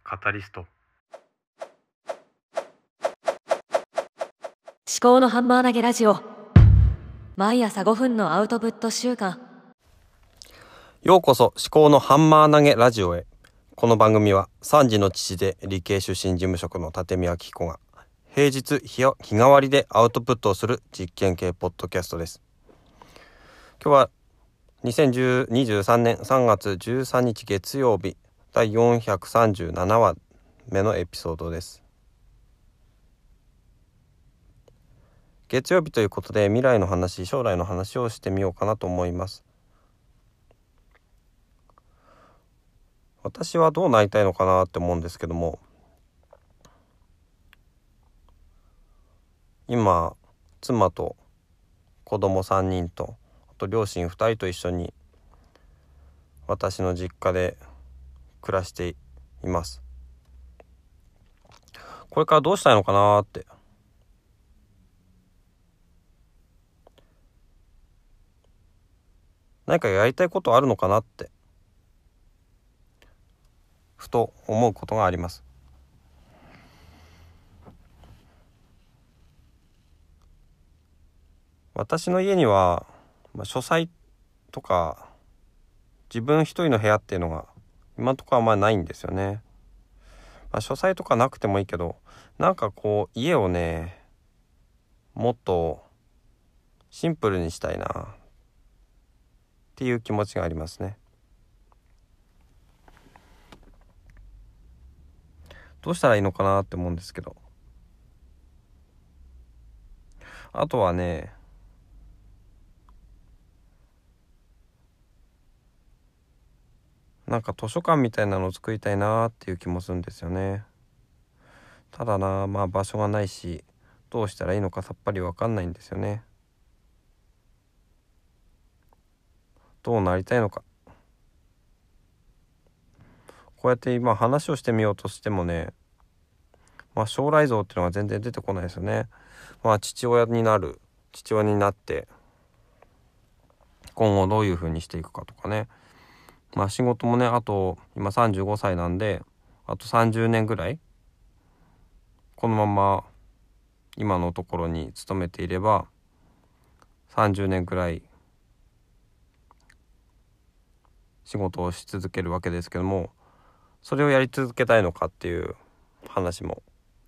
カタリスト。 思考のハンマー投げラジオ。毎朝5分のアウトプット週間。 ようこそ思考のハンマー投げラジオへ。この番組は3児の父で理系出身事務職の立見明彦が平日日替わりでアウトプットをする実験系ポッドキャストです。今日は2023年3月13日月曜日第437話目のエピソードです。月曜日ということで未来の話、将来の話をしてみようかなと思います。私はどうなりたいのかなって思うんですけども、今妻と子供3人とあと両親2人と一緒に私の実家で暮らしています。これからどうしたいのかなって、何かやりたいことあるのかなってふと思うことがあります。私の家には、書斎とか自分一人の部屋っていうのが今のところあんまりないんですよね。書斎とかなくてもいいけど、なんかこう家をねもっとシンプルにしたいなっていう気持ちがありますね。どうしたらいいのかなって思うんですけど、あとはね、なんか図書館みたいなのを作りたいなっていう気もするんですよね。ただな、場所がないし、どうしたらいいのかさっぱりわかんないんですよね。どうなりたいのか。こうやって今話をしてみようとしてもね、将来像っていうのが全然出てこないですよね。父親になって今後どういう風にしていくかとかね。仕事もね、あと今35歳なんで、あと30年ぐらいこのまま今のところに勤めていれば30年ぐらい仕事をし続けるわけですけども、それをやり続けたいのかっていう話も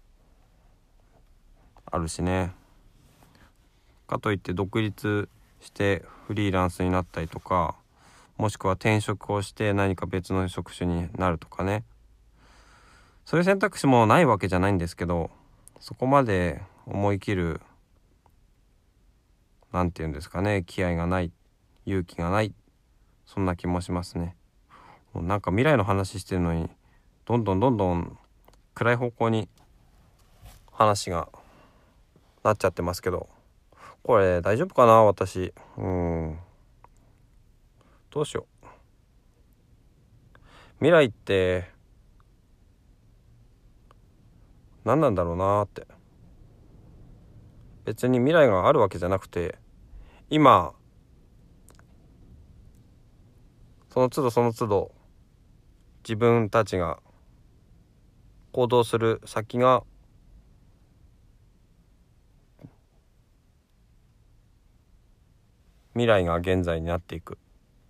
あるしね。かといって独立してフリーランスになったりとか、もしくは転職をして何か別の職種になるとかね、そういう選択肢もないわけじゃないんですけど、そこまで思い切るなんていうんですかね、気合がない、勇気がない、そんな気もしますね。もうなんか未来の話してるのにどんどん暗い方向に話がなっちゃってますけど、これ大丈夫かな私。どうしよう。未来って何なんだろうなって。別に未来があるわけじゃなくて、今その都度自分たちが行動する先が未来が現在になっていく、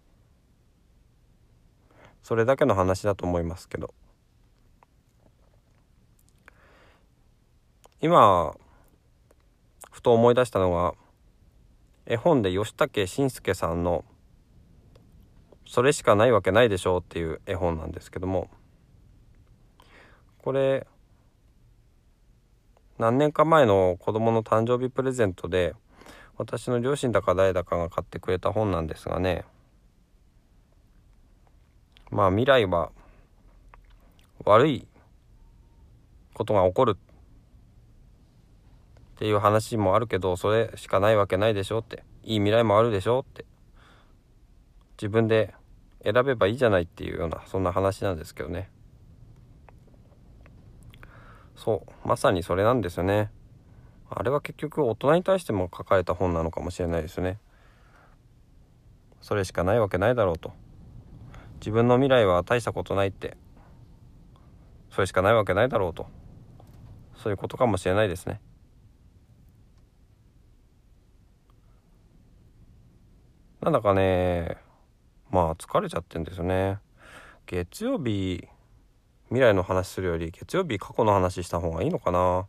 それだけの話だと思いますけど、今ふと思い出したのが絵本で吉武慎介さんのそれしかないわけないでしょうっていう絵本なんですけども、これ何年か前の子供の誕生日プレゼントで私の両親だか誰だかが買ってくれた本なんですがね、未来は悪いことが起こるっていう話もあるけど、それしかないわけないでしょって、いい未来もあるでしょって、自分で選べばいいじゃないっていうような、そんな話なんですけどね。そうまさにそれなんですよね。あれは結局大人に対しても書かれた本なのかもしれないですね。それしかないわけないだろうと、自分の未来は大したことないってそれしかないわけないだろうと、そういうことかもしれないですね。なんだかね、まあ疲れちゃってんですよね。月曜日未来の話するより月曜日過去の話した方がいいのかな。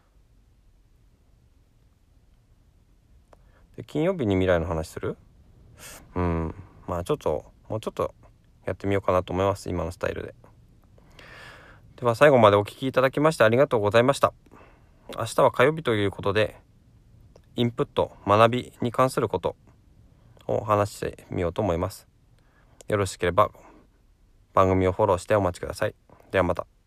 で金曜日に未来の話する。まあちょっともうちょっとやってみようかなと思います、今のスタイルで。では最後までお聞きいただきましてありがとうございました。明日は火曜日ということで、インプット学びに関することを話してみようと思います。よろしければ番組をフォローしてお待ちください。ではまた。